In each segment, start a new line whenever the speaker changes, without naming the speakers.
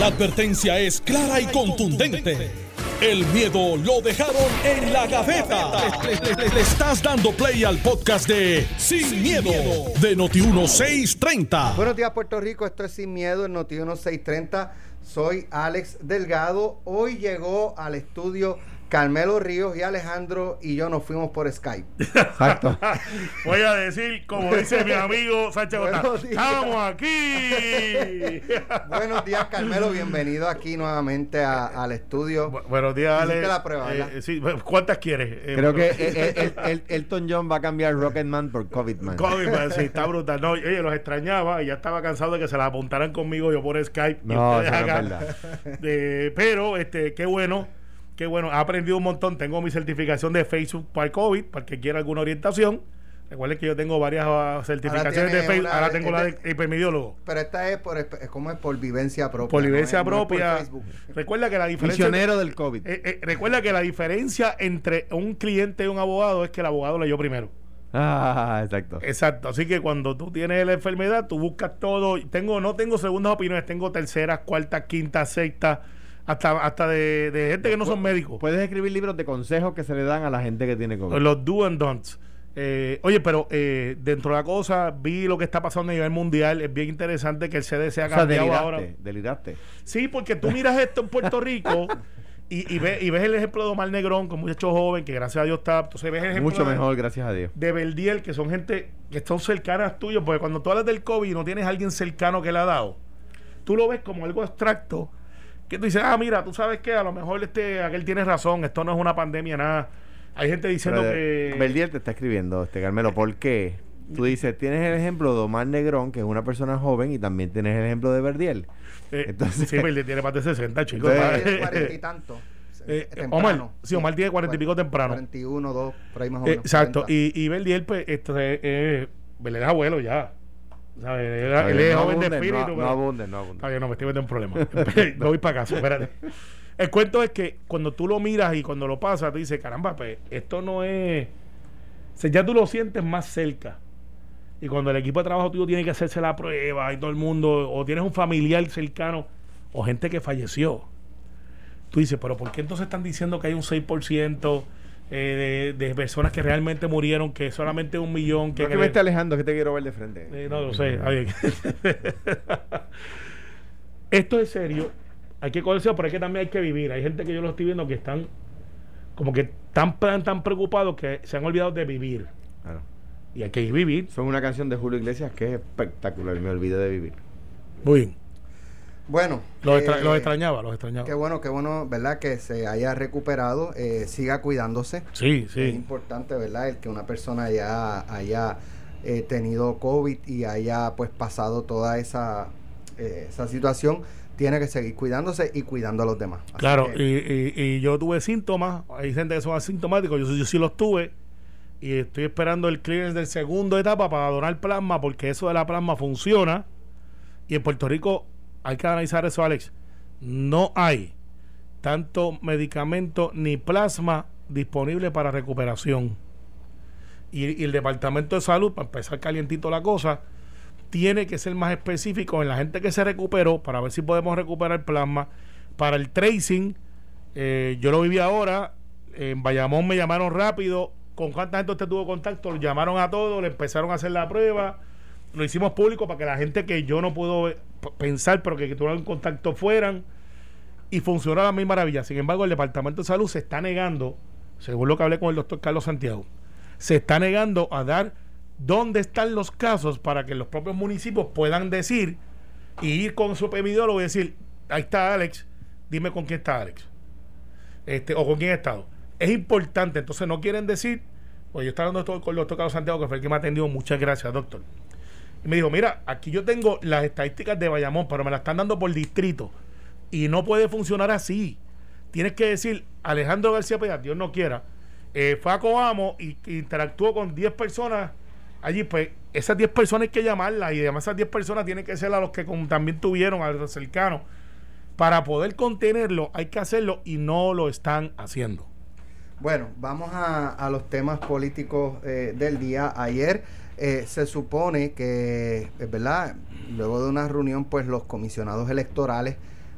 La advertencia es clara y contundente. El miedo lo dejaron en la gaveta. Le estás dando play al podcast de Sin Miedo de Noti1630.
Buenos días, Puerto Rico. Esto es Sin Miedo en Noti1630. Soy Alex Delgado. Hoy llegó al estudio Carmelo Ríos y Alejandro y yo nos fuimos por Skype.
Exacto.
Voy a decir, como dice mi amigo Sánchez Gotá, ¡estamos aquí!
Buenos días, Carmelo. Bienvenido aquí nuevamente al estudio.
Buenos días, Ale.
Hiciste la prueba, ¿verdad?
Sí, ¿cuántas quieres?
Creo que Elton John va a cambiar Rocketman por COVIDman.
COVIDman, sí, está brutal. No, oye, los extrañaba y ya estaba cansado de que se la apuntaran conmigo yo por Skype.
No,
y
eso no es
acá.
verdad.
Pero, qué bueno, he aprendido un montón. Tengo mi certificación de Facebook para el COVID, para el que quiera alguna orientación. Recuerden que yo tengo varias certificaciones de Facebook. Ahora tengo la de epidemiólogo.
Pero esta es por vivencia propia.
Por vivencia propia.
No por
Recuerda que la diferencia.
Misionero del COVID.
Recuerda que la diferencia entre un cliente y un abogado es que el abogado leyó primero.
Exacto.
Exacto. Así que cuando tú tienes la enfermedad, tú buscas todo. No tengo segundas opiniones, tengo terceras, cuartas, quintas, sextas. Hasta de gente que no son médicos.
Puedes escribir libros de consejos que se le dan a la gente que tiene COVID.
Los do and don'ts. Oye, pero dentro de la cosa, vi lo que está pasando a nivel mundial. Es bien interesante que el CDC ha cambiado ahora.
Deliraste.
Sí, porque tú miras esto en Puerto Rico y ves el ejemplo de Omar Negrón, que es un muchacho joven, que gracias a Dios está. Entonces ves el ejemplo
mucho mejor, gracias a Dios.
De Verdiel, que son gente que son cercanas tuyos, porque cuando tú hablas del COVID y no tienes a alguien cercano que le ha dado, tú lo ves como algo abstracto. Que tú dices, mira, tú sabes que a lo mejor aquel tiene razón, esto no es una pandemia, nada. Hay gente diciendo que...
Verdiel te está escribiendo, Carmelo, ¿por qué? Tú dices, tienes el ejemplo de Omar Negrón, que es una persona joven, y también tienes el ejemplo de Verdiel.
Entonces, sí, Verdiel tiene más de 60, chicos.
Tiene 40 y tanto.
Omar tiene 40 y pico temprano.
41, 2, por ahí más o menos.
Exacto, y Verdiel, pues, Verdiel es abuelo ya. ¿Sabes? Él es joven de espíritu.
No abunden.
Está bien, no me estoy metiendo en problemas. No voy para casa, espérate. El cuento es que cuando tú lo miras y cuando lo pasas, tú dices, caramba, pues esto no es... O sea, ya tú lo sientes más cerca. Y cuando el equipo de trabajo tuyo tiene que hacerse la prueba y todo el mundo, o tienes un familiar cercano, o gente que falleció, tú dices, pero ¿por qué entonces están diciendo que hay un 6%? De personas que realmente murieron, que solamente 1 millón.
¿Qué me está alejando? Que te quiero ver de frente.
No lo sé. Esto es serio. Hay que cogerse, pero es que también hay que vivir. Hay gente que yo lo estoy viendo que están como que tan preocupados que se han olvidado de vivir.
Claro.
Y hay que vivir.
Son una canción de Julio Iglesias que es espectacular. Me olvidé de vivir.
Muy bien.
Bueno,
los extrañaba.
Qué bueno, ¿verdad? Que se haya recuperado, siga cuidándose.
Sí.
Es importante, ¿verdad? El que una persona ya haya tenido COVID y haya pues pasado toda esa situación, tiene que seguir cuidándose y cuidando a los demás. Así
claro, y yo tuve síntomas, hay gente que son asintomáticos, yo sí los tuve, y estoy esperando el clearance del segundo etapa para donar plasma, porque eso de la plasma funciona, y en Puerto Rico hay que analizar eso, Alex. No hay tanto medicamento ni plasma disponible para recuperación. Y el Departamento de Salud, para empezar calientito la cosa, tiene que ser más específico en la gente que se recuperó para ver si podemos recuperar plasma. Para el tracing, yo lo viví ahora. En Bayamón me llamaron rápido. ¿Con cuánta gente usted tuvo contacto? Lo llamaron a todos, le empezaron a hacer la prueba. Lo hicimos público para que la gente que yo no puedo pensar, pero que tuvieron contacto fueran, y funcionó a la misma maravilla. Sin embargo, el Departamento de Salud se está negando, según lo que hablé con el doctor Carlos Santiago, se está negando a dar dónde están los casos para que los propios municipios puedan decir y ir con su epidemiólogo y decir, ahí está Alex, dime con quién está Alex, o con quién ha estado. Es importante, entonces no quieren decir, pues yo estaba hablando con el doctor Carlos Santiago, que fue el que me atendió, muchas gracias, doctor. Y me dijo, mira, aquí yo tengo las estadísticas de Bayamón, pero me las están dando por distrito. Y no puede funcionar así. Tienes que decir, Alejandro García Pérez, Dios no quiera, fue a Coamo y interactuó con 10 personas allí. Pues esas 10 personas hay que llamarlas, y además esas 10 personas tienen que ser a los que también tuvieron, a los cercanos. Para poder contenerlo hay que hacerlo, y no lo están haciendo.
Bueno, vamos a los temas políticos del día. Ayer se supone que, ¿verdad? Luego de una reunión, pues los comisionados electorales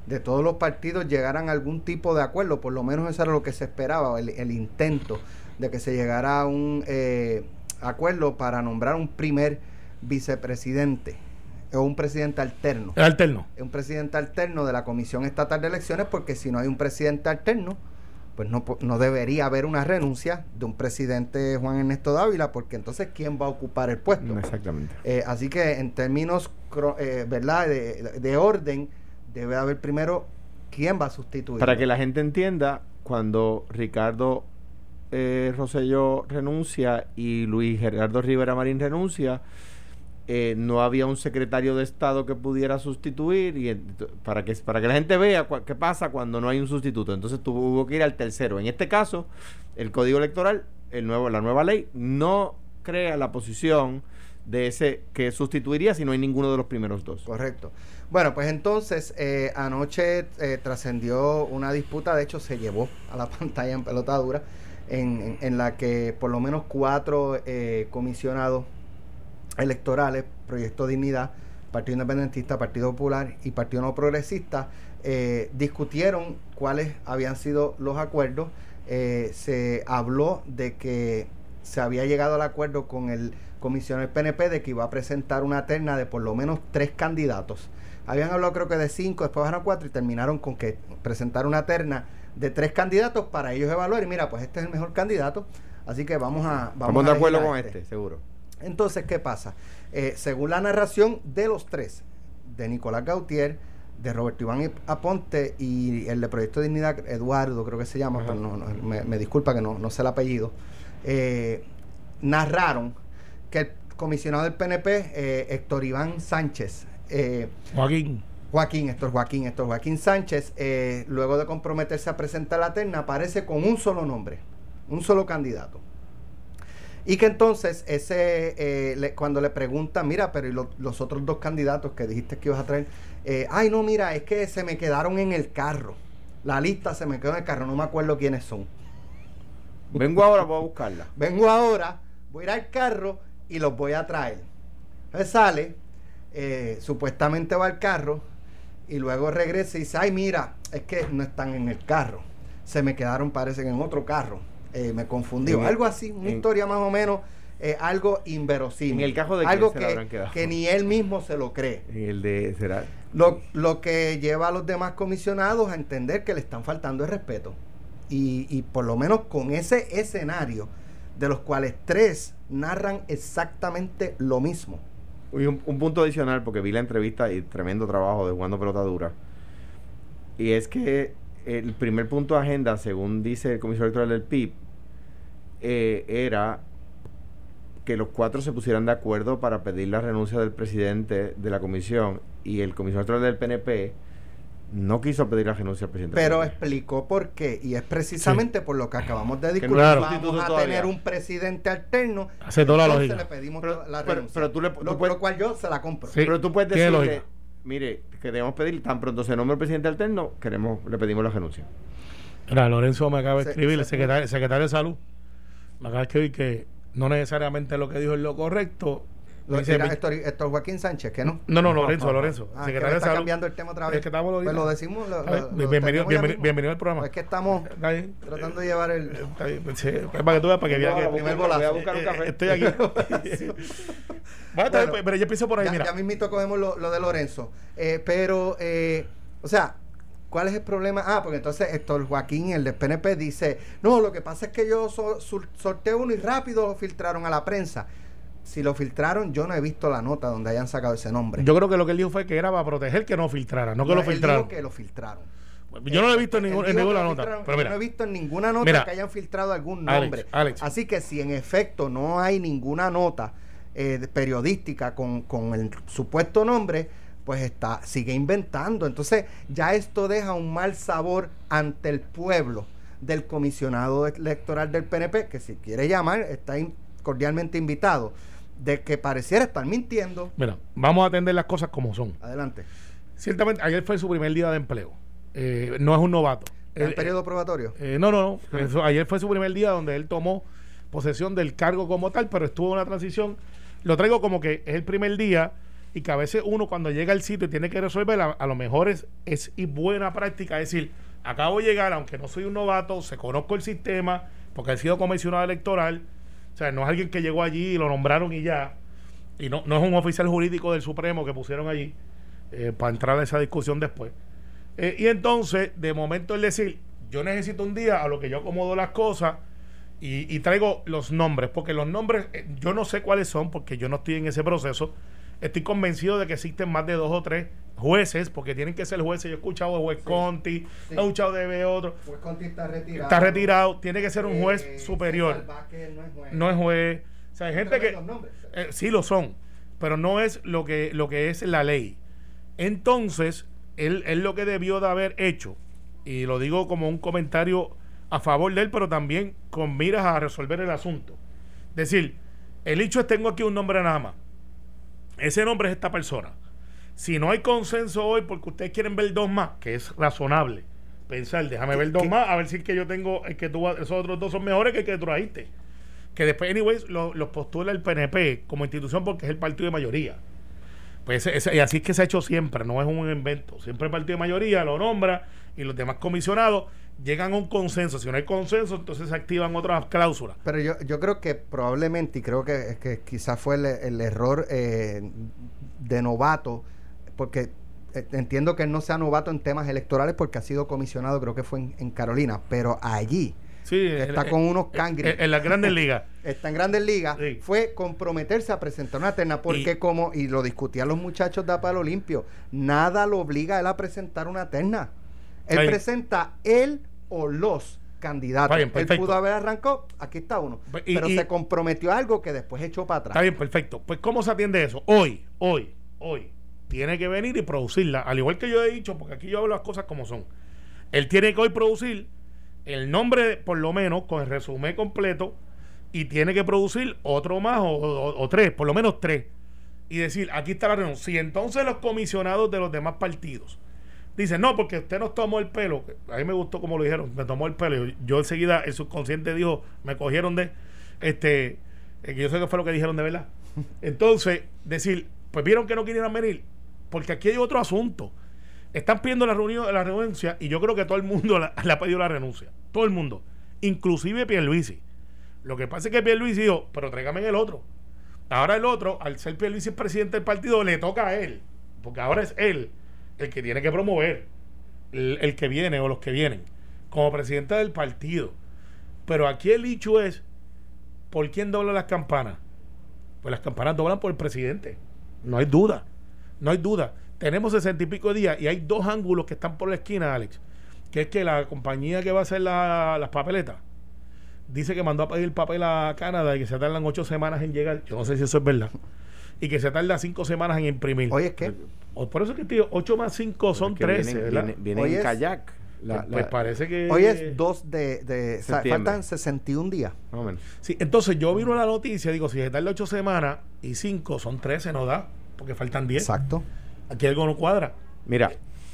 de todos los partidos llegaran a algún tipo de acuerdo, por lo menos eso era lo que se esperaba, el intento de que se llegara a un acuerdo para nombrar un primer vicepresidente o un presidente alterno. Un presidente alterno de la Comisión Estatal de Elecciones, porque si no hay un presidente alterno, pues no debería haber una renuncia de un presidente, Juan Ernesto Dávila, porque entonces ¿quién va a ocupar el puesto?
Exactamente.
Así que en términos ¿verdad? De orden, debe haber primero quién va a sustituir.
Para que la gente entienda, cuando Ricardo Rosselló renuncia y Luis Gerardo Rivera Marín renuncia, no había un secretario de Estado que pudiera sustituir, y para que la gente vea qué pasa cuando no hay un sustituto. Entonces tuvo que ir al tercero. En este caso, el Código Electoral, la nueva ley, no crea la posición de ese que sustituiría si no hay ninguno de los primeros dos.
Correcto. Bueno, pues entonces anoche trascendió una disputa, de hecho se llevó a la pantalla en pelota dura, en la que por lo menos 4 comisionados electorales, Proyecto Dignidad, Partido Independentista, Partido Popular y Partido No Progresista, discutieron cuáles habían sido los acuerdos. Se habló de que se había llegado al acuerdo con el comisionado del PNP de que iba a presentar una terna de por lo menos 3 candidatos. Habían hablado creo que de 5, después bajaron 4 y terminaron con que presentar una terna de 3 candidatos para ellos evaluar. Y mira, pues este es el mejor candidato, así que vamos
de acuerdo con este, seguro.
Entonces, ¿qué pasa? Según la narración de los 3, de Nicolás Gautier, de Roberto Iván Aponte y el de Proyecto de Dignidad, Eduardo creo que se llama, pero me disculpa que no sé el apellido, narraron que el comisionado del PNP, Héctor Iván Sánchez, Joaquín Sánchez, luego de comprometerse a presentar la terna, aparece con un solo nombre, un solo candidato. Y que entonces cuando le preguntan, mira, pero ¿y los otros 2 candidatos que dijiste que ibas a traer? Ay, no, mira, es que se me quedaron en el carro. La lista se me quedó en el carro, no me acuerdo quiénes son.
Vengo ahora, voy a buscarla.
Voy a ir al carro y los voy a traer. Entonces sale, supuestamente va al carro y luego regresa y dice, ay, mira, es que no están en el carro. Se me quedaron, parece que en otro carro. Me confundió. Algo así, una historia más o menos, algo inverosímil.
En el caso de
algo
que
ni él mismo se lo cree.
En el de será.
Lo que lleva a los demás comisionados a entender que le están faltando el respeto. Y por lo menos con ese escenario, de los cuales 3 narran exactamente lo mismo.
Y un punto adicional, porque vi la entrevista y tremendo trabajo de Jugando Pelota Dura. Y es que el primer punto de agenda, según dice el comisionado electoral del PIB, era que los 4 se pusieran de acuerdo para pedir la renuncia del presidente de la comisión, y el comisionado electoral del PNP no quiso pedir la renuncia del presidente.
Pero explicó por qué, y es precisamente por lo que acabamos de discutir.
Claro.
Vamos a tener un presidente alterno,
hace toda la lógica.
Le pedimos la renuncia.
Pero tú
lo cual yo se la compro.
Sí.
Pero tú puedes decirle, mire, queremos pedir, tan pronto se nombre el presidente alterno, le pedimos la renuncia.
Mira, Lorenzo me acaba de escribir, el secretario de Salud, me acaba de escribir que no necesariamente lo que dijo es lo correcto.
Héctor Joaquín Sánchez, ¿que no?
No, Lorenzo.
Secretario de Salud. Cambiando el tema otra vez.
Es que estamos
pues lo decimos.
Bienvenido al programa.
Es que estamos tratando de llevar el...
Sí, para que tú veas, para que veas que...
primer bolazo.
Voy a buscar un café.
Estoy aquí. Bueno, pero yo empiezo por ahí, mira.
Ya mismito cogemos lo de Lorenzo. O sea, ¿cuál es el problema? Porque entonces Héctor Joaquín, el del PNP, dice, no, lo que pasa es que yo sorteé uno y rápido lo filtraron a la prensa. Si lo filtraron, yo no he visto la nota donde hayan sacado ese nombre.
Yo creo que lo que él dijo fue que era para proteger que no filtrara, no que lo filtraron.
Él dijo que lo filtraron.
Yo no lo he visto en ninguna nota. Pero mira,
no he visto en ninguna nota que hayan filtrado algún nombre.
Alex.
Así que si en efecto no hay ninguna nota periodística con el supuesto nombre, pues sigue inventando. Entonces ya esto deja un mal sabor ante el pueblo del comisionado electoral del PNP, que si quiere llamar, está cordialmente invitado, de que pareciera estar mintiendo.
Mira, vamos a atender las cosas como son.
Adelante.
Ciertamente, ayer fue su primer día de empleo. No es un novato.
¿El periodo probatorio?
No. Ayer fue su primer día donde él tomó posesión del cargo como tal, pero estuvo en una transición. Lo traigo como que es el primer día y que a veces uno cuando llega al sitio y tiene que resolver, a lo mejor es y buena práctica decir, acabo de llegar, aunque no soy un novato, se conozco el sistema, porque he sido comisionado electoral, o sea, no es alguien que llegó allí y lo nombraron y ya, y no es un oficial jurídico del Supremo que pusieron allí, para entrar a esa discusión después. Y entonces, de momento, el decir, yo necesito un día a lo que yo acomodo las cosas y traigo los nombres, porque los nombres, yo no sé cuáles son, porque yo no estoy en ese proceso. Estoy convencido de que existen más de 2 o 3 jueces, porque tienen que ser jueces. Yo he escuchado de juez Conti, he escuchado de otro.
Juez Conti está retirado.
Está retirado, tiene que ser un juez superior. No es juez. O sea, hay gente que sí lo son, pero no es lo que es la ley. Entonces, él lo que debió de haber hecho, y lo digo como un comentario a favor de él, pero también con miras a resolver el asunto. Decir, el hecho es, tengo aquí un nombre nada más. Ese nombre es esta persona. Si no hay consenso hoy porque ustedes quieren ver 2 más, que es razonable pensar, déjame ver 2 más, a ver si el que yo tengo, el que tú, esos otros 2 son mejores que el que tú trajiste. Que después, anyways, los postula el PNP como institución porque es el partido de mayoría. Pues y así es que se ha hecho siempre, no es un invento. Siempre el partido de mayoría lo nombra y los demás comisionados llegan a un consenso. Si no hay consenso, entonces se activan otras cláusulas.
Pero yo creo que probablemente, y creo que quizás fue el error de novato, porque entiendo que él no sea novato en temas electorales porque ha sido comisionado, creo que fue en Carolina, pero allí
sí,
está con unos cangres
en las Grandes Ligas.
Está en Grandes Ligas.
Sí.
Fue comprometerse a presentar una terna porque y lo discutían los muchachos de A Palo Limpio, nada lo obliga a él a presentar una terna. Él presenta él o los candidatos.
Bien,
él pudo haber arrancado, aquí está uno, pero se comprometió a algo que después echó para atrás.
Está bien, perfecto. Pues ¿cómo se atiende eso? Hoy tiene que venir y producirla, al igual que yo he dicho, porque aquí yo hablo las cosas como son. Él tiene que hoy producir el nombre, por lo menos, con el resumen completo, y tiene que producir otro más o 3, por lo menos 3, y decir, aquí está la reunión. Si entonces los comisionados de los demás partidos dicen, no, porque usted nos tomó el pelo, a mí me gustó como lo dijeron, me tomó el pelo, yo enseguida, el subconsciente dijo, me cogieron que yo sé que fue lo que dijeron de verdad. Entonces, decir, pues vieron que no querían venir, porque aquí hay otro asunto. Están pidiendo la renuncia, y yo creo que todo el mundo le ha pedido la renuncia. Todo el mundo. Inclusive Pierluisi. Lo que pasa es que Pierluisi dijo, pero tráigame el otro. Ahora el otro, al ser Pierluisi presidente del partido, le toca a él. Porque ahora es él el que tiene que promover el que viene o los que vienen como presidente del partido. Pero aquí el hecho es, ¿por quién dobla las campanas? Pues las campanas doblan por el presidente. No hay duda. Tenemos 60 y pico de días y hay 2 ángulos que están por la esquina, Alex, que es que la compañía que va a hacer las papeletas dice que mandó a pedir papel a Canadá y que se tardan 8 semanas en llegar. Yo no sé si eso es verdad, y que se tarda 5 semanas en imprimir.
Oye, ¿es qué?
Por eso que tío, 8 más 5 son 13, ¿verdad?
Vienen en kayak.
Pues parece que
hoy es 2 de faltan 61 días.
Más o menos.
Sí, entonces yo vino la noticia, digo, si se tarda 8 semanas y 5 son 13, no da, porque faltan 10.
Exacto.
Aquí algo no cuadra.
Mira,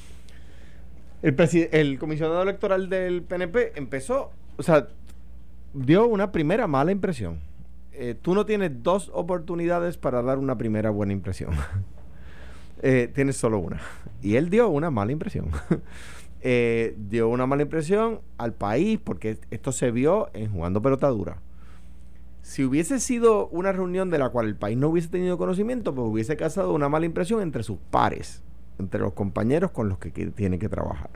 el comisionado electoral del PNP empezó, o sea, dio una primera mala impresión. Tú no tienes 2 oportunidades para dar una primera buena impresión. Tienes solo una. Y él dio una mala impresión. Dio una mala impresión al país porque esto se vio en Jugando Pelota Dura. Si hubiese sido una reunión de la cual el país no hubiese tenido conocimiento, pues hubiese causado una mala impresión entre sus pares, entre los compañeros con los que tiene que trabajar.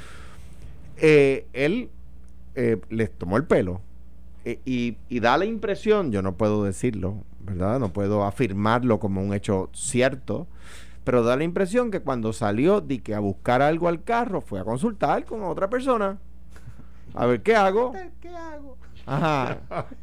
Él les tomó el pelo y da la impresión, yo no puedo decirlo, ¿verdad? No puedo afirmarlo como un hecho cierto, pero da la impresión que cuando salió de que a buscar algo al carro, fue a consultar con otra persona. A ver, ¿qué hago?
¿Qué hago?
Ajá.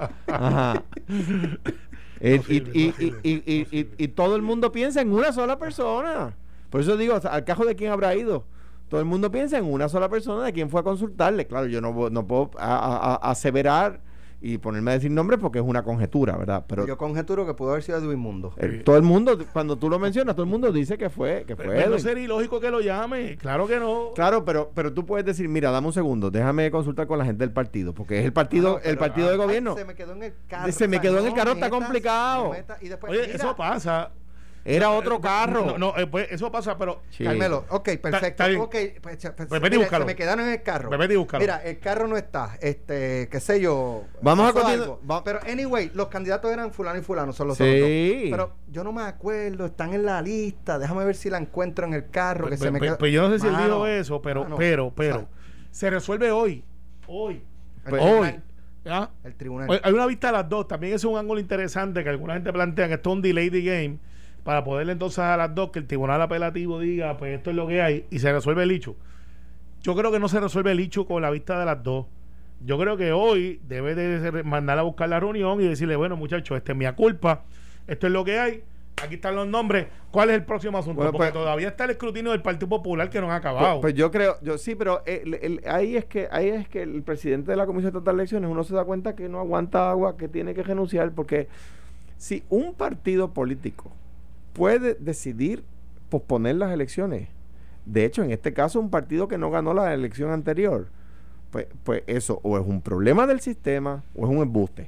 Y todo el mundo piensa en una sola persona. Por eso digo, al cajo de quién habrá ido. Todo el mundo piensa en una sola persona de quién fue a consultarle. Claro, yo no puedo aseverar y ponerme a decir nombres porque es una conjetura, ¿verdad? Pero
yo conjeturo que pudo haber sido Edwin Mundo.
Todo el mundo, cuando tú lo mencionas, todo el mundo dice que fue
pero no sería ilógico que lo llame, claro que no.
Claro, pero tú puedes decir, mira, dame un segundo, déjame consultar con la gente del partido, porque es el partido, el partido de gobierno.
Se me quedó en el carro.
Se me quedó en el carro, está complicado.
Oye, eso pasa.
Era otro carro.
Pues eso pasa, pero...
Sí.
Carmelo, ok, perfecto.
Está bien.
Okay, pues,
Mira,
se me quedaron en el carro.
Vete y búscalo.
Mira, el carro no está, qué sé yo.
Vamos a
pasó
continuar.
algo. Pero anyway, los candidatos eran fulano y fulano, son los
Sí.
otros dos. Pero yo no me acuerdo, están en la lista. Déjame ver si la encuentro en el carro. Que se me quedó.
Pues yo no sé si él
Mano,
dijo eso, pero
o sea,
se resuelve hoy. Hoy.
el
Hoy.
tribunal,
¿Ya?
El tribunal.
Hay una vista a las 2. También es un ángulo interesante que alguna gente plantea que esto es un delay the game para poderle entonces a las 2 que el tribunal apelativo diga pues esto es lo que hay y se resuelve el hecho. Yo creo que no se resuelve el hecho con la vista de las 2. Yo creo que hoy debe de mandar a buscar la reunión y decirle, bueno muchachos, esta es mi culpa, esto es lo que hay, aquí están los nombres, ¿cuál es el próximo asunto?
Bueno,
porque
pues,
todavía está el escrutinio del Partido Popular que no ha acabado.
Pues yo creo, sí, pero ahí es que el presidente de la Comisión Estatal de Elecciones, uno se da cuenta que no aguanta agua, que tiene que renunciar, porque si un partido político puede decidir posponer las elecciones, de hecho en este caso un partido que no ganó la elección anterior, pues eso o es un problema del sistema o es un embuste.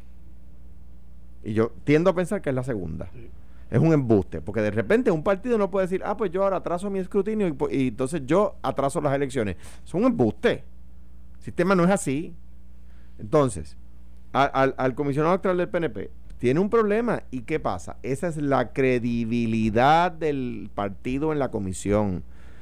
Y yo tiendo a pensar que es la segunda. Sí. Es un embuste, porque de repente un partido no puede decir, pues yo ahora atraso mi escrutinio y entonces yo atraso las elecciones. Es un embuste. El sistema no es así. Entonces, al comisionado electoral del PNP tiene un problema. ¿Y qué pasa? Esa es la credibilidad del partido en la comisión.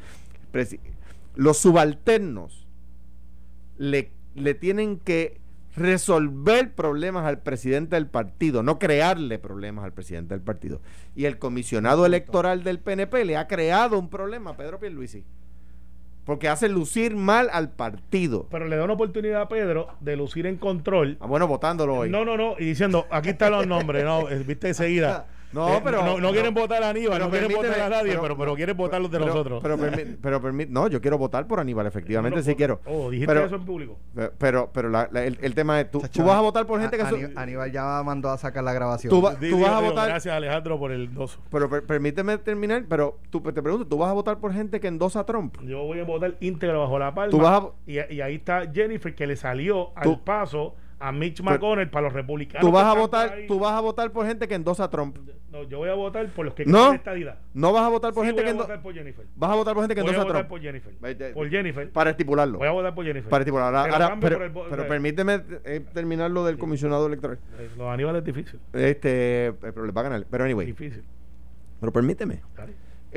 Los subalternos le tienen que resolver problemas al presidente del partido, no crearle problemas al presidente del partido. Y el comisionado electoral del PNP le ha creado un problema a Pedro Pierluisi, porque hace lucir mal al partido.
Pero le da una oportunidad a Pedro de lucir en control.
Bueno, votándolo hoy.
No, y diciendo, aquí están los nombres, viste enseguida. No quieren votar a Aníbal, no quieren votar a nadie, pero quieren votar los de nosotros.
No, yo quiero votar por Aníbal, efectivamente, sí quiero.
Dijiste eso en público.
Pero el tema es, tú vas a votar por gente que...
Aníbal ya mandó a sacar la grabación.
Tú vas a votar...
Gracias, Alejandro, por el endoso.
Pero permíteme terminar, pero te pregunto, ¿tú vas a votar por gente que endosa a Trump?
Yo voy a votar íntegro bajo la palma. Y ahí está Jennifer, que le salió al paso a Mitch McConnell para los republicanos.
Tú vas a votar por gente que endosa a Trump.
No, yo voy a votar por los que quieren estadidad.
No vas a votar por gente
que
endosa.
Voy a votar por Jennifer.
Vas a votar por gente que endosa a Trump.
Voy a votar por Jennifer. Por Jennifer.
Para estipularlo.
Voy a votar por Jennifer.
Para estipularlo. Pero permíteme terminar lo del comisionado electoral.
Lo de Aníbal es difícil.
Pero le va a ganar. Pero anyway.
Difícil.
Pero permíteme.
Dale.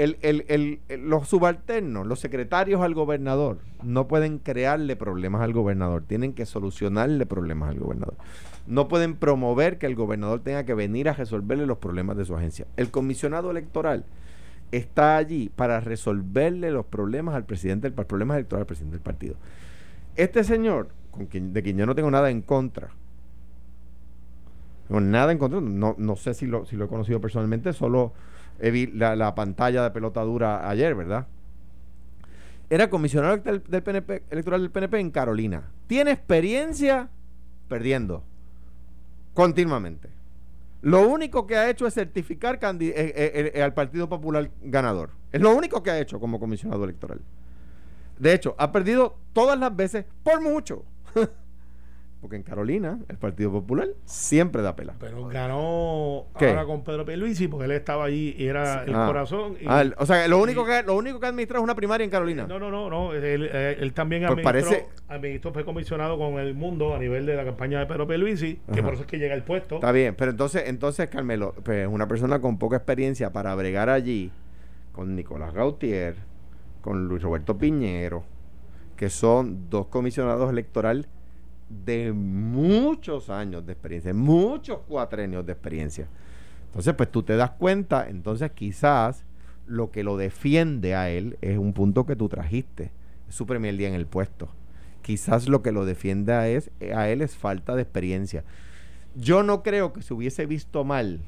Los subalternos, los secretarios al gobernador, no pueden crearle problemas al gobernador, tienen que solucionarle problemas al gobernador. No pueden promover que el gobernador tenga que venir a resolverle los problemas de su agencia. El comisionado electoral está allí para resolverle los problemas al presidente, problemas electorales al presidente del partido. Este señor, de quien yo no tengo nada en contra, no sé si lo he conocido personalmente, solo vi la pantalla de pelota dura ayer, ¿verdad? Era comisionado del PNP, electoral del PNP en Carolina. Tiene experiencia perdiendo continuamente. Lo único que ha hecho es certificar al Partido Popular ganador. Es lo único que ha hecho como comisionado electoral. De hecho, ha perdido todas las veces por mucho. Porque en Carolina el Partido Popular siempre da pela.
Pero ganó ahora con Pedro Pierluisi porque él estaba allí y era el corazón.
O sea, lo único que ha administrado es una primaria en Carolina.
No. Él también administró, fue comisionado con El Mundo a nivel de la campaña de Pedro Pierluisi, que por eso es que llega al puesto.
Está bien, pero entonces Carmelo, pues una persona con poca experiencia para bregar allí con Nicolás Gautier, con Luis Roberto Piñero, que son dos comisionados electorales de muchos años de experiencia, muchos cuatrenios de experiencia. Entonces, pues tú te das cuenta, entonces quizás lo que lo defiende a él es un punto que tú trajiste, es su primer día en el puesto. Quizás lo que lo defiende a él es falta de experiencia. Yo no creo que se hubiese visto mal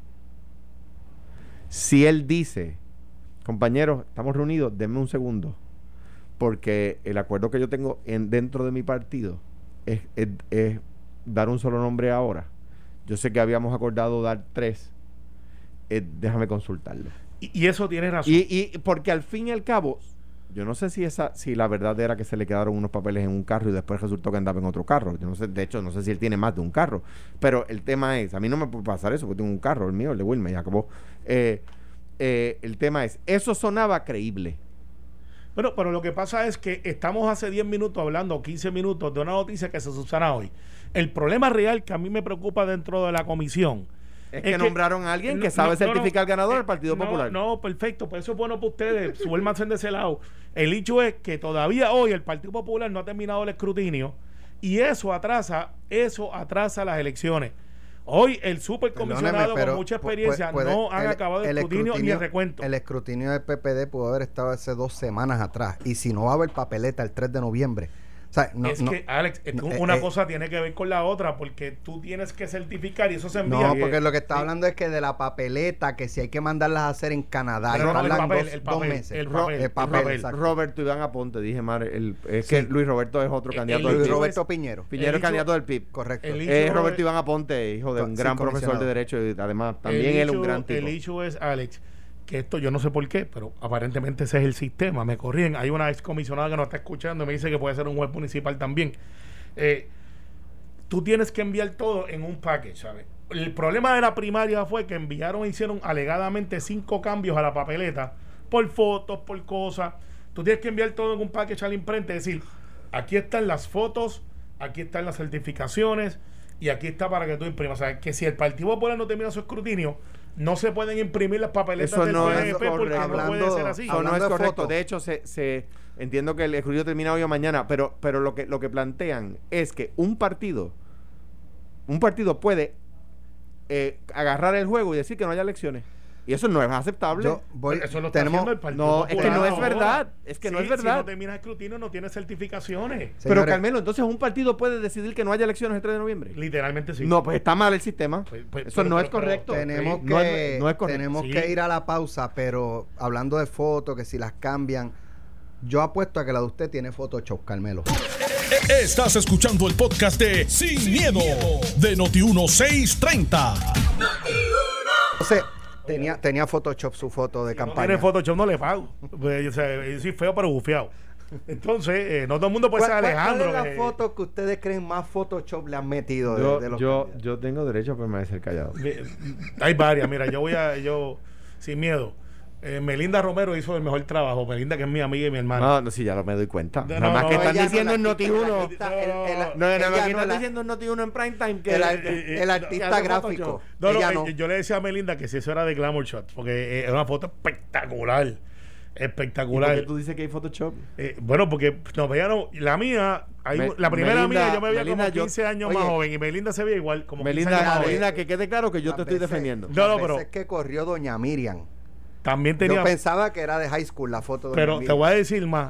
si él dice, compañeros, estamos reunidos, denme un segundo, porque el acuerdo que yo tengo dentro de mi partido es dar un solo nombre ahora. Yo sé que habíamos acordado dar 3. Déjame consultarlo.
Y eso tiene razón.
Y porque al fin y al cabo, yo no sé si la verdad era que se le quedaron unos papeles en un carro y después resultó que andaba en otro carro. Yo no sé, de hecho, no sé si él tiene más de un carro. Pero el tema es, a mí no me puede pasar eso porque tengo un carro, el mío, el de Wilmer, y acabó. el tema es, eso sonaba creíble.
Bueno, pero lo que pasa es que estamos hace 10 minutos hablando, 15 minutos de una noticia que se subsana hoy. El problema real que a mí me preocupa dentro de la comisión
es que nombraron a alguien que sabe certificar al ganador del Partido Popular.
No, perfecto, pues eso es bueno para ustedes, suélmanse de ese lado. El hecho es que todavía hoy el Partido Popular no ha terminado el escrutinio y eso atrasa las elecciones. Hoy el supercomisionado con mucha experiencia no han acabado el escrutinio ni el recuento.
El escrutinio del PPD pudo haber estado hace 2 semanas atrás y si no va a haber papeleta el 3 de noviembre. O sea,
que, Alex, una cosa tiene que ver con la otra porque tú tienes que certificar y eso se envía.
No, porque lo que está hablando es que de la papeleta, que si hay que mandarlas a hacer en Canadá,
pero
tardan
el papel,
2 meses.
El papel.
Roberto Iván Aponte, dije mal, que Luis Roberto es otro candidato del PIB.
Roberto Piñero.
Piñero es candidato del PIB.
Correcto.
Es Roberto Iván Aponte, hijo de un gran profesor de Derecho y además también él un gran tipo.
El hecho es, Alex, que esto yo no sé por qué, pero aparentemente ese es el sistema. Me corrían. Hay una excomisionada que nos está escuchando y me dice que puede ser un juez municipal también. Tú tienes que enviar todo en un package, ¿sabes? El problema de la primaria fue que hicieron alegadamente 5 cambios a la papeleta por fotos, por cosas. Tú tienes que enviar todo en un package a la imprenta, es decir, aquí están las fotos, aquí están las certificaciones y aquí está para que tú imprimas. O sea, que si el Partido Popular no termina su escrutinio, no se pueden imprimir las papeletas del PNP porque no puede ser así.
Eso no es correcto. De hecho, entiendo que el escrutinio termina hoy o mañana, pero lo que plantean es que un partido puede agarrar el juego y decir que no haya elecciones. Y eso no es aceptable.
Eso lo está haciendo el Partido Popular.
Es que no es verdad. Es que no es verdad.
Si no termina el escrutinio, no tiene certificaciones.
Señores, pero Carmelo, entonces un partido puede decidir que no haya elecciones el 3 de noviembre.
Literalmente sí.
No, pues está mal el sistema. Eso no es correcto.
Tenemos que ir a la pausa, pero hablando de fotos, que si las cambian, yo apuesto a que la de usted tiene Photoshop, Carmelo.
Estás escuchando el podcast de Sin Miedo de Noti1630.
Entonces, tenía Photoshop su foto de campaña.
No tiene Photoshop, no le pago. Yo soy feo pero bufiado. Entonces, no todo el mundo puede ser Alejandro.
¿Cuál es la foto que ustedes creen más Photoshop le han metido de los
yo tengo derecho a permanecer callado.
Hay varias, mira, yo sin miedo. Melinda Romero hizo el mejor trabajo. Melinda, que es mi amiga y mi hermana.
No, sí, ya lo me doy cuenta. Nada más que están diciendo en Noti1. Nada más que están diciendo en Noti1 en prime time que
el artista gráfico.
Yo le decía a Melinda que si eso era de Glamour Shot, porque es una foto espectacular. Espectacular.
¿Y por qué tú dices que hay Photoshop?
Bueno, porque nos veían. La mía, la primera mía, yo me veía como 15 años más joven y Melinda se veía igual. Como
Melinda, que quede claro que yo te estoy defendiendo.
Pero es que corrió doña Miriam.
También tenía.
Yo pensaba que era de high school la foto de
pero te voy a decir más.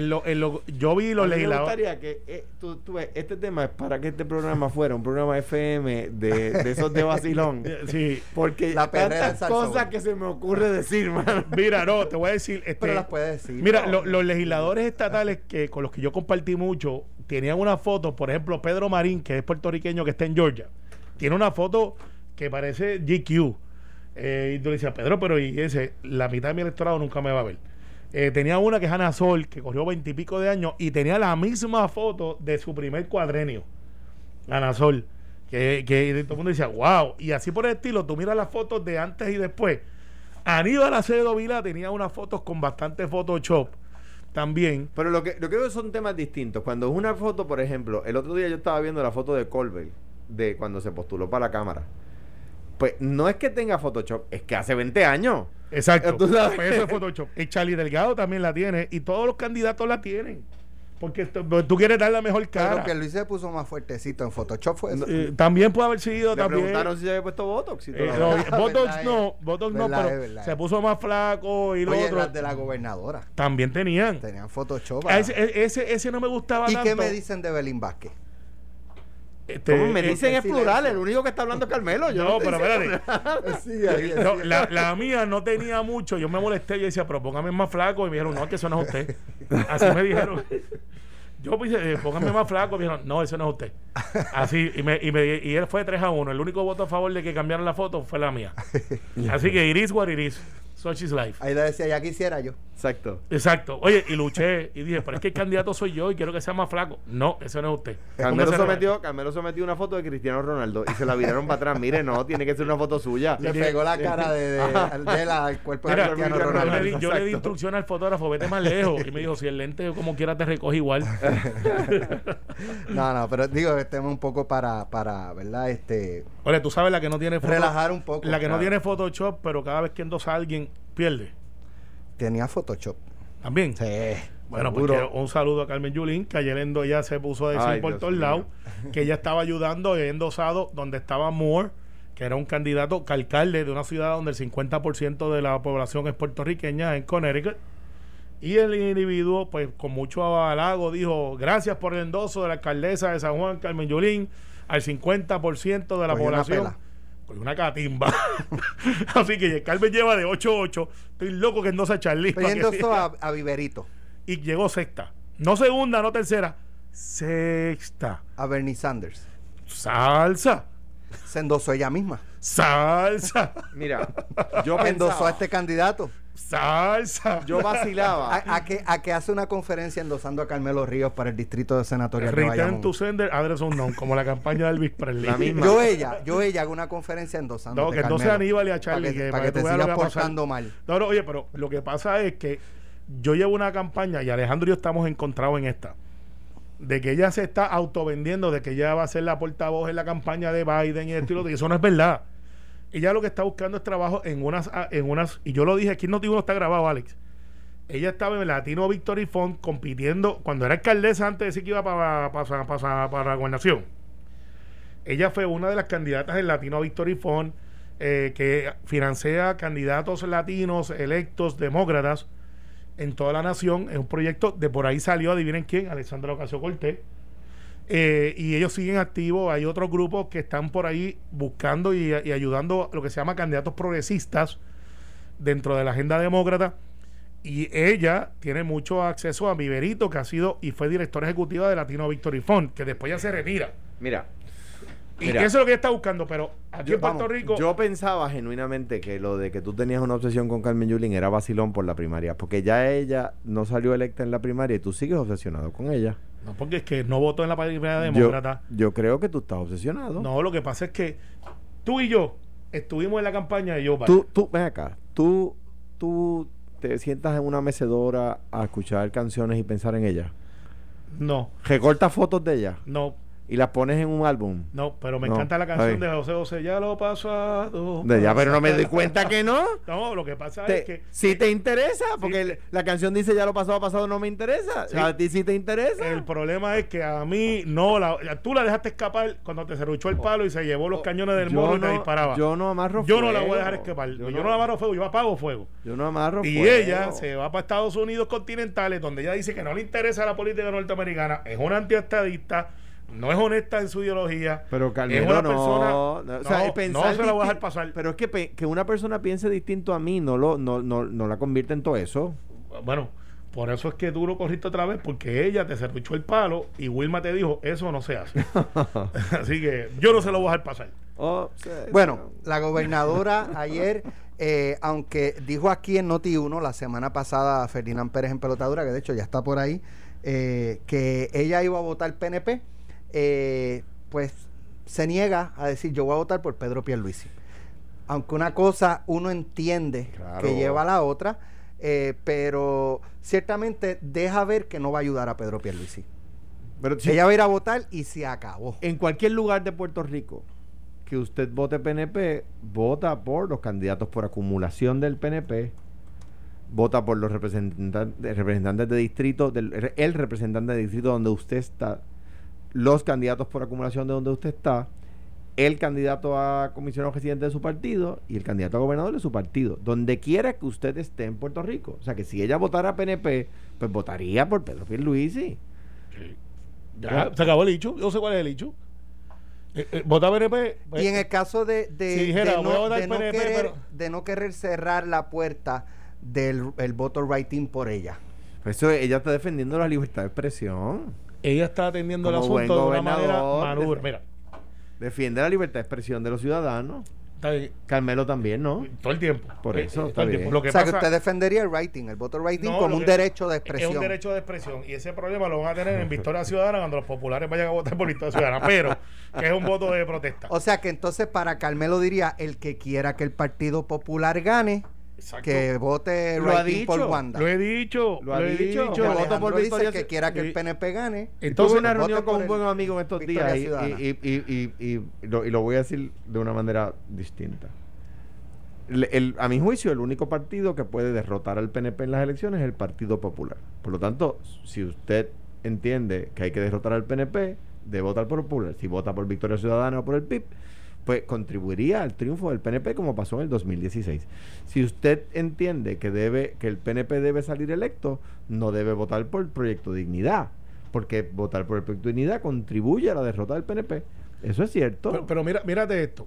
Yo vi los legisladores.
Me gustaría que tú ves, este tema es para que este programa fuera un programa FM de esos de vacilón.
Sí.
Porque
la
tantas cosas que se me ocurre decir, man.
Mira, no, te voy a decir.
Pero las puedes decir.
Mira, los legisladores estatales con los que yo compartí mucho tenían una foto. Por ejemplo, Pedro Marín, que es puertorriqueño, que está en Georgia, tiene una foto que parece GQ. Y tú le decías, Pedro, pero la mitad de mi electorado nunca me va a ver. Tenía una que es Ana Sol, que corrió 20 y pico de años y tenía la misma foto de su primer cuadrenio. Ana Sol, que todo el mundo decía, wow. Y así por el estilo, tú miras las fotos de antes y después. Aníbal Acevedo Vilá tenía unas fotos con bastante Photoshop también.
Pero lo que veo son temas distintos. Cuando es una foto, por ejemplo, el otro día yo estaba viendo la foto de Colbert, de cuando se postuló para la Cámara. Pues no es que tenga Photoshop, es que hace 20 años.
Exacto. Pues eso es Photoshop. Y Charlie Delgado también la tiene. Y todos los candidatos la tienen. Porque tú quieres dar la mejor cara.
Pero que Luis se puso más fuertecito en Photoshop fue eso.
También puede haber sido.
Le preguntaron si se había puesto Botox.
Botox no, pero se puso más flaco y lo otro.
Las de la gobernadora.
También tenían
Photoshop.
Ese no me gustaba tanto.
¿Y qué me dicen de Belín Vázquez?
Como me dicen es plural, el único que está hablando es Carmelo.
No, pero espérate. La mía no tenía mucho. Yo me molesté y decía, pero póngame más flaco. Y me dijeron, no, que eso no es usted. Así me dijeron. Yo dije, póngame más flaco. Y me dijeron, no, eso no es usted. Así, y él fue 3-1. El único voto a favor de que cambiaran la foto fue la mía. Así que iris what iris. Such is life.
Ahí le decía, ya quisiera yo.
Exacto. Oye, y luché y dije, pero es que el candidato soy yo y quiero que sea más flaco. No, ese no es usted.
Carmelo sometió una foto de Cristiano Ronaldo y se la viraron para atrás. Mire, no, tiene que ser una foto suya.
Le pegó la cara de al cuerpo de Cristiano Ronaldo.
Yo le di instrucción al fotógrafo, vete más lejos. Y me dijo, si el lente como quiera te recoge igual.
No, pero digo que estemos un poco para ¿verdad?
Oye, tú sabes la que no tiene
relajar un poco.
La que no tiene Photoshop, pero cada vez que endosa a alguien, pierde.
Tenía Photoshop.
¿También?
Sí.
Bueno, pues un saludo a Carmen Yulín, que ayer ya se puso a decir por todos lados que ella estaba ayudando y endosado donde estaba Moore, que era un candidato alcalde de una ciudad donde el 50% de la población es puertorriqueña, en Connecticut. Y el individuo, pues con mucho halago, dijo: gracias por el endoso de la alcaldesa de San Juan, Carmen Yulín, al 50% de la población. Una catimba. Así que Carmen lleva de 8-8. Estoy loco que endosa a Charlie.
Estoy endosó a Viverito.
Y llegó sexta. No segunda, no tercera. Sexta.
A Bernie Sanders.
Salsa.
Se endosó ella misma.
Salsa.
Mira,
yo endosó a este candidato.
Salsa.
Yo vacilaba.
¿A que hace una conferencia endosando a Carmelo Ríos para el distrito de senatorial de Bayamón?
Return to sender, address unknown, como la campaña de Elvis Presley.
La misma.
Yo ella hago una conferencia endosando.
No, que endose a Aníbal y a Charlie.
Para que te sigas portando mal.
No, oye, pero lo que pasa es que yo llevo una campaña, y Alejandro y yo estamos encontrados en esta, de que ella se está autovendiendo, de que ella va a ser la portavoz en la campaña de Biden y esto y lo otro, y eso no es verdad. Ella lo que está buscando es trabajo en unas, y yo lo dije, aquí en Noti1 está grabado, Alex. Ella estaba en el Latino Victory Fund compitiendo, cuando era alcaldesa, antes de decir que iba para la gobernación. Ella fue una de las candidatas del Latino Victory Fund, que financia candidatos latinos electos demócratas en toda la nación. Es un proyecto de por ahí salió, adivinen quién, Alexandra Ocasio-Cortez. Y ellos siguen activos. Hay otros grupos que están por ahí buscando y ayudando a lo que se llama candidatos progresistas dentro de la agenda demócrata. Y ella tiene mucho acceso a Viverito, que ha sido y fue directora ejecutiva de Latino Victory Fund, que después ya se retira.
Mira,
eso es lo que ella está buscando. Pero aquí en Puerto Rico,
yo pensaba genuinamente que lo de que tú tenías una obsesión con Carmen Yulín era vacilón por la primaria, porque ya ella no salió electa en la primaria y tú sigues obsesionado con ella.
No, porque es que no votó en la primaria demócrata.
Yo creo que tú estás obsesionado.
No, lo que pasa es que tú y yo estuvimos en la campaña de Joe Biden.
Ven acá, tú te sientas en una mecedora a escuchar canciones y pensar en ellas.
No.
¿Recortas fotos de ellas?
No.
¿Y las pones en un álbum?
No, pero me encanta la canción de José José, ya lo pasado.
Ya, pero no me doy cuenta que no.
No, lo que pasa es que...
Si te interesa, porque la canción dice ya lo pasado no me interesa. Sí. A ti sí te interesa.
El problema es que a mí no, tú la dejaste escapar cuando te serruchó el palo y se llevó los cañones del morro y te disparaba.
Yo no amarro
fuego.
Yo no la voy a dejar escapar. Yo no la amarro fuego, yo apago fuego.
Yo no amarro
fuego. Y ella se va para Estados Unidos continentales, donde ella dice que no le interesa la política norteamericana, es una antiestadista, no es honesta en su ideología.
Pero Carmelo,
es una persona, no se la voy a dejar pasar.
Pero es que una persona piense distinto a mí no la convierte en todo eso.
Bueno, por eso es que tú lo corriste otra vez, porque ella te serruchó el palo y Wilma te dijo, eso no se hace. Así que yo no se lo voy a dejar pasar.
Bueno, la gobernadora ayer, aunque dijo aquí en Noti1 la semana pasada, Ferdinand Pérez en pelotadura, que de hecho ya está por ahí, que ella iba a votar PNP, pues se niega a decir yo voy a votar por Pedro Pierluisi, aunque una cosa uno entiende que lleva a la otra, pero ciertamente deja ver que no va a ayudar a Pedro Pierluisi. Pero ella va a ir a votar y se acabó.
En cualquier lugar de Puerto Rico que usted vote PNP, vota por los candidatos por acumulación del PNP, vota por los representantes de distrito, el representante de distrito donde usted está, los candidatos por acumulación de donde usted está, el candidato a comisionado residente de su partido y el candidato a gobernador de su partido, donde quiera que usted esté en Puerto Rico. O sea que si ella votara PNP, pues votaría por Pedro Pierluisi.
Sí. Ya, se acabó el hecho. Yo sé cuál es el hecho. Vota PNP.
Pues, y en el caso de no querer cerrar la puerta del voto writing por ella.
Pues eso, ella está defendiendo la libertad de expresión.
Ella está atendiendo el asunto de una manera madura. Mira,
defiende la libertad de expresión de los ciudadanos. Carmelo también, ¿no?
Todo el tiempo.
Por eso, está
todo el
bien.
tiempo. Lo que
o sea,
pasa,
que usted defendería el writing, el voto writing,
no,
como un derecho de
es
expresión.
un derecho de expresión. Y ese problema lo van a tener en Victoria Ciudadana cuando los populares vayan a votar por Victoria Ciudadana. Pero que es un voto de protesta.
O sea que entonces para Carmelo diría, el que quiera que el Partido Popular gane,
Exacto.
que vote
Lo ha
writing por
dicho.
Wanda.
Lo he dicho.
Lo ha
he
dicho.
dicho.
Que voto
Alejandro
por
dice
Victoria
que quiera que el
Sí.
PNP gane.
Entonces, una
vote
reunión con
por
un buen
el
amigo en estos
Victoria
días
Ciudadana.
y lo voy a decir de una manera distinta. A mi juicio, el único partido que puede derrotar al PNP en las elecciones es el Partido Popular. Por lo tanto, si usted entiende que hay que derrotar al PNP, debe votar por el Popular. Si vota por Victoria Ciudadana o por el PIB, pues contribuiría al triunfo del PNP como pasó en el 2016. Si usted entiende que el PNP debe salir electo, no debe votar por el Proyecto Dignidad, porque votar por el Proyecto Dignidad contribuye a la derrota del PNP. Eso es cierto.
Pero mírate esto.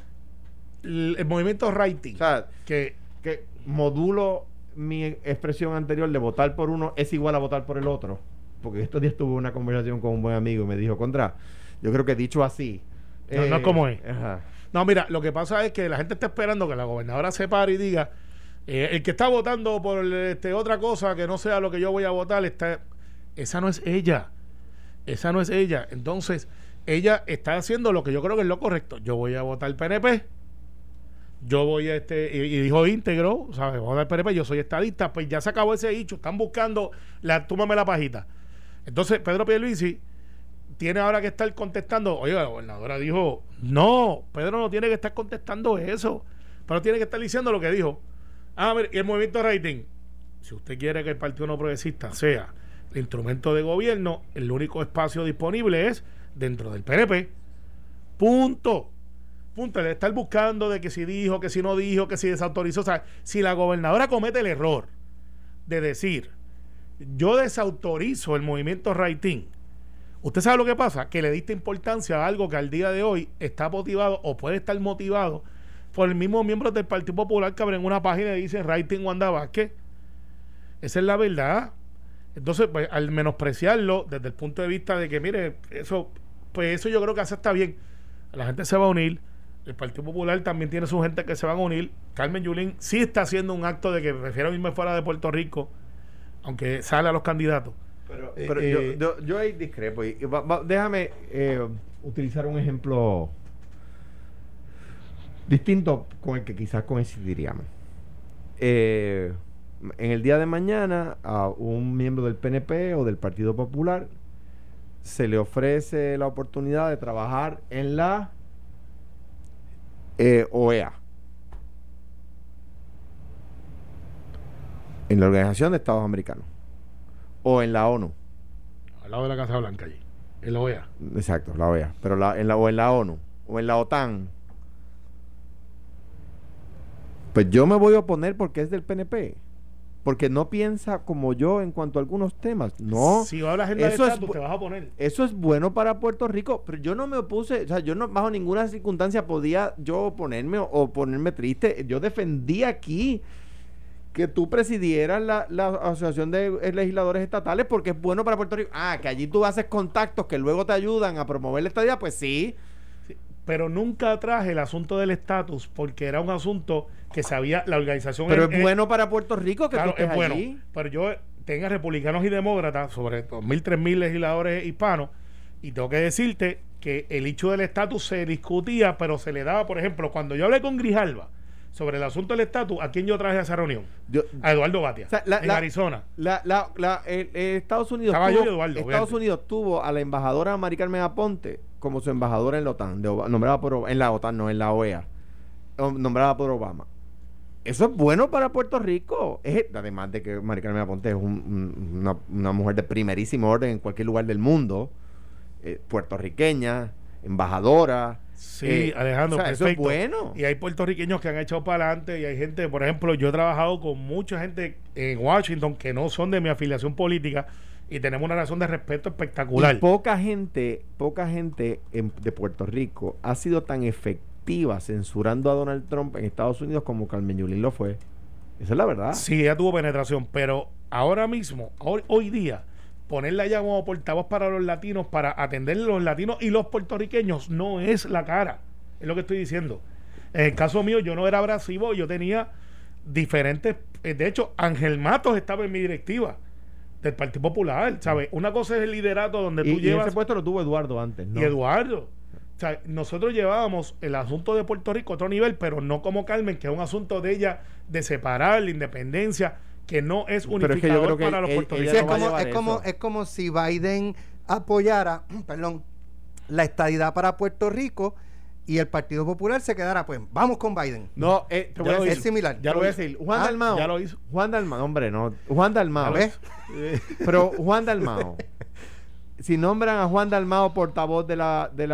El movimiento writing.
O sea,
que
modulo mi expresión anterior de votar por uno es igual a votar por el otro. Porque estos días tuve una conversación con un buen amigo y me dijo, yo creo que dicho así...
no es como es.
Ajá.
No, mira, lo que pasa es que la gente está esperando que la gobernadora se pare y diga, el que está votando por otra cosa que no sea lo que yo voy a votar, esa no es ella. Esa no es ella. Entonces, ella está haciendo lo que yo creo que es lo correcto. Yo voy a votar PNP. Yo voy a y dijo íntegro, ¿sabes? Voy a votar PNP, yo soy estadista, pues ya se acabó ese hecho. Están buscando túmame la pajita. Entonces, Pedro Pierluisi tiene ahora que estar contestando. Oye, la gobernadora dijo, no, Pedro no tiene que estar contestando eso, pero tiene que estar diciendo lo que dijo. Mire, y el movimiento rating, si usted quiere que el Partido No Progresista sea el instrumento de gobierno, el único espacio disponible es dentro del PNP. Punto. El estar buscando de que si dijo, que si no dijo, que si desautorizó. O sea, si la gobernadora comete el error de decir, yo desautorizo el movimiento rating, ¿usted sabe lo que pasa? Que le diste importancia a algo que al día de hoy está motivado o puede estar motivado por el mismo miembro del Partido Popular que abren una página y dicen Rating Wanda Vázquez. Esa es la verdad. Entonces, pues, al menospreciarlo desde el punto de vista de que, mire, eso yo creo que hace está bien. La gente se va a unir. El Partido Popular también tiene su gente que se van a unir. Carmen Yulín sí está haciendo un acto de que prefiero irme fuera de Puerto Rico, aunque sale a los candidatos.
Pero yo ahí discrepo. Déjame utilizar un ejemplo distinto con el que quizás coincidiríamos. En el día de mañana a un miembro del PNP o del Partido Popular se le ofrece la oportunidad de trabajar en la OEA, en la Organización de Estados Americanos, o en la ONU,
al lado de la Casa Blanca allí, en la OEA.
exacto, la OEA, pero en la ONU o en la OTAN, pues yo me voy a oponer porque es del PNP, porque no piensa como yo en cuanto a algunos temas. No,
si va a hablar agenda de estatus, te vas a oponer.
Eso es bueno para Puerto Rico, pero yo no me opuse, o sea, yo no, bajo ninguna circunstancia podía yo oponerme o ponerme triste. Yo defendí aquí que tú presidieras la Asociación de Legisladores Estatales porque es bueno para Puerto Rico. Que allí tú haces contactos que luego te ayudan a promover la estadía, pues sí.
Pero nunca traje el asunto del estatus porque era un asunto que sabía la organización.
Pero es bueno para Puerto Rico que
claro,
tú estés
es bueno,
allí.
pero yo tenga republicanos y demócratas sobre 2.000, 3.000 legisladores hispanos y tengo que decirte que el hecho del estatus se discutía, pero se le daba, por ejemplo, cuando yo hablé con Grijalva sobre el asunto del estatus, ¿a quién yo traje a esa reunión? A Eduardo Batia, o sea, en Arizona.
Estados Unidos tuvo a la embajadora Mari Carmen Aponte como su embajadora en la OTAN, nombrada por en la OTAN, no en la OEA, nombrada por Obama. Eso es bueno para Puerto Rico. Además de que Mari Carmen Aponte es una mujer de primerísimo orden en cualquier lugar del mundo, puertorriqueña, embajadora.
Sí, Alejandro,
eso es bueno.
Y hay puertorriqueños que han echado para adelante y hay gente, por ejemplo, yo he trabajado con mucha gente en Washington que no son de mi afiliación política y tenemos una relación de respeto espectacular.
Y poca gente de Puerto Rico ha sido tan efectiva censurando a Donald Trump en Estados Unidos como Carmen Yulín lo fue. Esa es la verdad.
Sí, ella tuvo penetración, pero ahora mismo, hoy día, ponerla ya como portavoz para los latinos, para atender a los latinos y los puertorriqueños, no es la cara. Es lo que estoy diciendo. En el caso mío, yo no era abrasivo, yo tenía diferentes. De hecho, Ángel Matos estaba en mi directiva del Partido Popular, ¿sabes? Una cosa es el liderato donde tú llevas.
Y ese puesto lo tuvo Eduardo antes, ¿no?
Y Eduardo. O sea, nosotros llevábamos el asunto de Puerto Rico a otro nivel, pero no como Carmen, que es un asunto de ella de separar la independencia, que no es unificador para los puertorriqueños.
Es como si Biden apoyara, la estadidad para Puerto Rico y el Partido Popular se quedara, pues, vamos con Biden.
No, te voy a decir,
es similar.
Ya lo voy a decir. Juan Dalmao.
Ya lo hizo.
Juan Dalmao, hombre, no. Juan Dalmao.
¿Ves?
Pero Juan Dalmao. Si nombran a Juan Dalmao portavoz de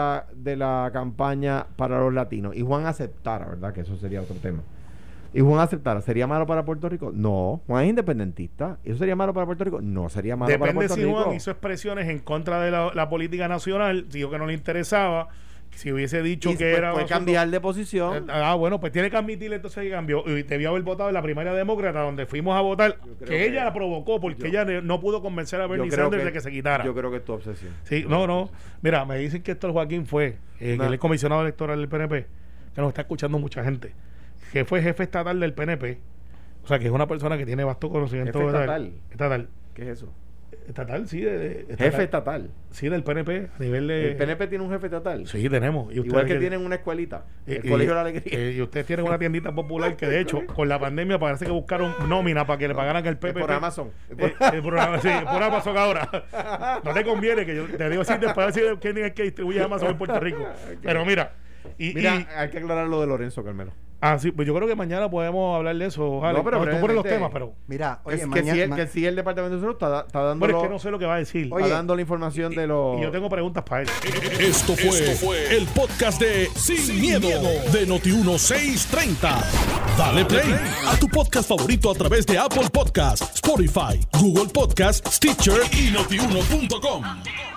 la campaña para los latinos y Juan aceptara, ¿verdad? Que eso sería otro tema. Y Juan aceptara, ¿sería malo para Puerto Rico? No. Juan es independentista. ¿Eso sería malo para Puerto Rico? No sería malo para Puerto Rico.
Depende si Juan hizo expresiones en contra de la política nacional, dijo que no le interesaba. Si hubiese dicho que era...
Puede cambiar de posición.
Bueno, pues tiene que admitirle entonces que cambió. Y debió haber votado en la primaria demócrata, donde fuimos a votar, que ella la provocó, porque ella no pudo convencer a Bernie Sanders de que se quitara.
Yo creo que es tu obsesión.
Sí, no. Mira, me dicen que Héctor Joaquín fue, que él es comisionado electoral del PNP, que nos está escuchando mucha gente, que fue jefe estatal del PNP. O sea, que es una persona que tiene vasto conocimiento.
¿Jefe
estatal?
¿Qué es eso?
Estatal, sí.
Jefe estatal.
Sí, del PNP, a nivel de...
¿El PNP tiene un jefe estatal?
Sí, tenemos. Y
igual que tienen una escuelita, el Colegio de la Alegría.
Y ustedes tienen una tiendita popular que, de hecho, con la pandemia parece que buscaron nómina para que le pagaran el PPP.
Por Amazon.
Por Amazon ahora. No te conviene, que yo te digo así después de decir quién es el que distribuye Amazon en Puerto Rico. Pero mira...
hay que aclarar lo de Lorenzo, Carmelo.
Sí, pues yo creo que mañana podemos hablar de eso. No, pero tú pones los temas, pero...
Mira, oye,
que si el Departamento de Salud está dando...
Bueno, es que no sé lo que va a decir.
Está dando la información de los...
Y yo tengo preguntas para él.
Esto fue el podcast de Sin miedo de Noti1630. Dale play a tu podcast favorito a través de Apple Podcasts, Spotify, Google Podcasts, Stitcher y Notiuno.com.